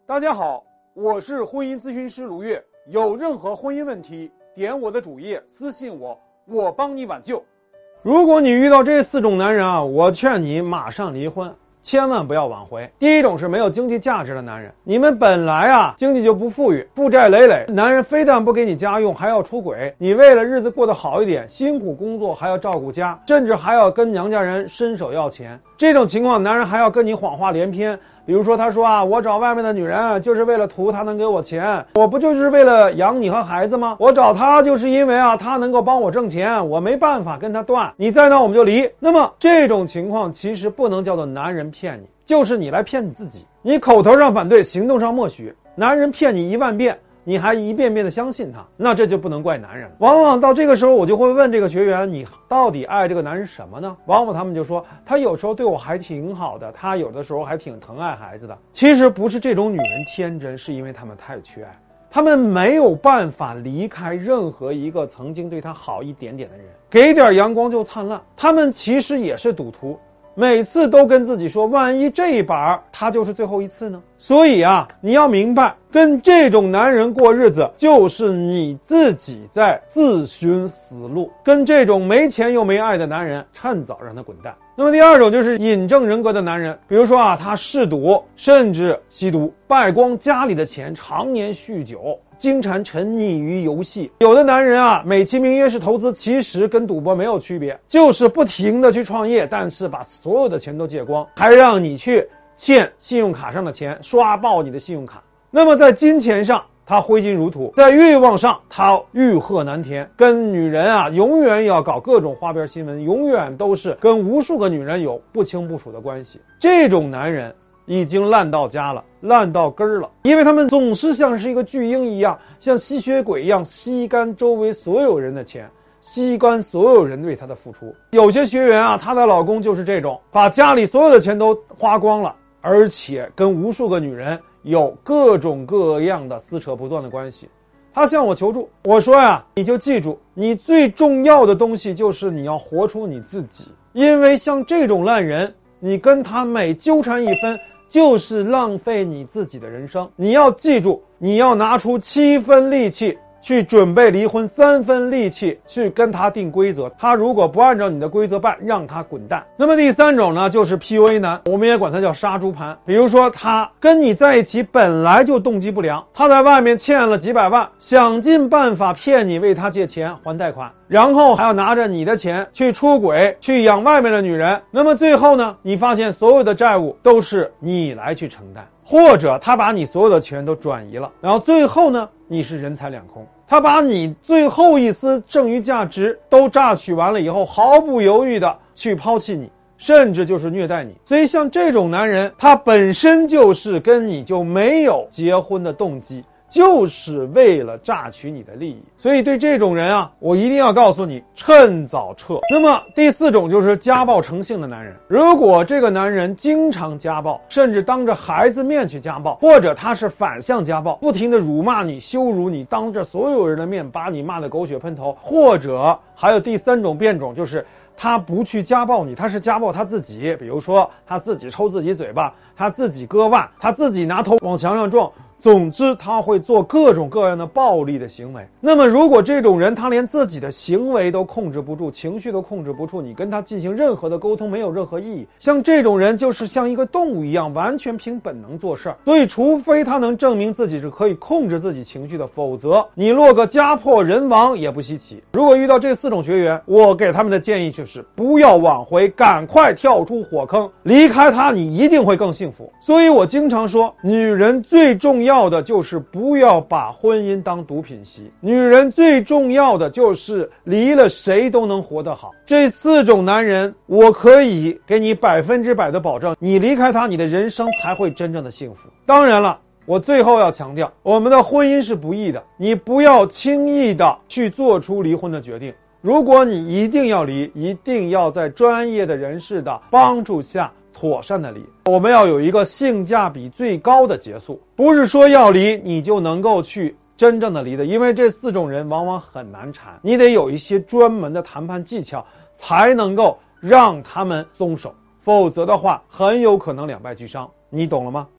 大家好，我是婚姻咨询师卢月，有任何婚姻问题，点我的主页私信我，我帮你挽救。如果你遇到这4种男人啊，我劝你马上离婚，千万不要挽回。第一种是没有经济价值的男人，你们本来啊经济就不富裕，负债累累，男人非但不给你家用，还要出轨，你为了日子过得好一点，辛苦工作还要照顾家，甚至还要跟娘家人伸手要钱。这种情况，男人还要跟你谎话连篇。比如说他说啊，我找外面的女人就是为了图他能给我钱，我不就是为了养你和孩子吗？我找他就是因为啊他能够帮我挣钱，我没办法跟他断，你再闹我们就离。那么这种情况其实不能叫做男人骗你，就是你来骗你自己。你口头上反对，行动上默许，男人骗你1万遍，你还一遍遍的相信他，那这就不能怪男人。往往到这个时候，我就会问这个学员，你到底爱这个男人什么呢？往往他们就说，他有时候对我还挺好的，他有的时候还挺疼爱孩子的。其实不是这种女人天真，是因为他们太缺爱，他们没有办法离开任何一个曾经对他好一点点的人，给点阳光就灿烂。他们其实也是赌徒，每次都跟自己说，万一这一把他就是最后一次呢？所以啊，你要明白，跟这种男人过日子，就是你自己在自寻死路。跟这种没钱又没爱的男人，趁早让他滚蛋。那么第二种就是瘾症人格的男人，比如说啊，他嗜赌，甚至吸毒，败光家里的钱，常年酗酒，经常沉溺于游戏。有的男人啊，美其名曰是投资，其实跟赌博没有区别，就是不停的去创业，但是把所有的钱都借光，还让你去欠信用卡上的钱，刷爆你的信用卡。那么在金钱上他挥金如土，在欲望上他欲壑难填，跟女人啊永远要搞各种花边新闻，永远都是跟无数个女人有不清不楚的关系。这种男人已经烂到家了，烂到根儿了，因为他们总是像是一个巨婴一样，像吸血鬼一样吸干周围所有人的钱，吸干所有人对他的付出。有些学员啊，她的老公就是这种，把家里所有的钱都花光了，而且跟无数个女人有各种各样的撕扯不断的关系。他向我求助，我说呀，你就记住，你最重要的东西就是你要活出你自己。因为像这种烂人，你跟他每纠缠1分，就是浪费你自己的人生。你要记住，你要拿出7分力气去准备离婚，3分力气去跟他定规则，他如果不按照你的规则办，让他滚蛋。那么第3种呢，就是 PUA 男，我们也管他叫杀猪盘。比如说他跟你在一起本来就动机不良，他在外面欠了几百万，想尽办法骗你为他借钱还贷款，然后还要拿着你的钱去出轨，去养外面的女人。那么最后呢，你发现所有的债务都是你来去承担，或者他把你所有的钱都转移了，然后最后呢，你是人财两空。他把你最后一丝剩余价值都榨取完了以后，毫不犹豫的去抛弃你，甚至就是虐待你。所以像这种男人，他本身就是跟你就没有结婚的动机，就是为了榨取你的利益。所以对这种人啊，我一定要告诉你，趁早撤。那么第4种就是家暴成性的男人。如果这个男人经常家暴，甚至当着孩子面去家暴，或者他是反向家暴，不停的辱骂你，羞辱你，当着所有人的面把你骂得狗血喷头，或者还有第3种变种，就是他不去家暴你，他是家暴他自己。比如说他自己抽自己嘴巴，他自己割腕，他自己拿头往墙上撞，总之他会做各种各样的暴力的行为。那么如果这种人他连自己的行为都控制不住，情绪都控制不住，你跟他进行任何的沟通没有任何意义。像这种人就是像一个动物一样，完全凭本能做事儿。所以除非他能证明自己是可以控制自己情绪的，否则你落个家破人亡也不稀奇。如果遇到这4种学员，我给他们的建议就是不要挽回，赶快跳出火坑，离开他，你一定会更幸福。所以我经常说，女人最重要的就是不要把婚姻当毒品吸，女人最重要的就是离了谁都能活得好。这4种男人，我可以给你100%的保证，你离开他，你的人生才会真正的幸福。当然了，我最后要强调，我们的婚姻是不易的，你不要轻易的去做出离婚的决定。如果你一定要离，一定要在专业的人士的帮助下妥善的离。我们要有一个性价比最高的结束，不是说要离你就能够去真正的离的，因为这4种人往往很难缠，你得有一些专门的谈判技巧才能够让他们松手，否则的话很有可能两败俱伤。你懂了吗？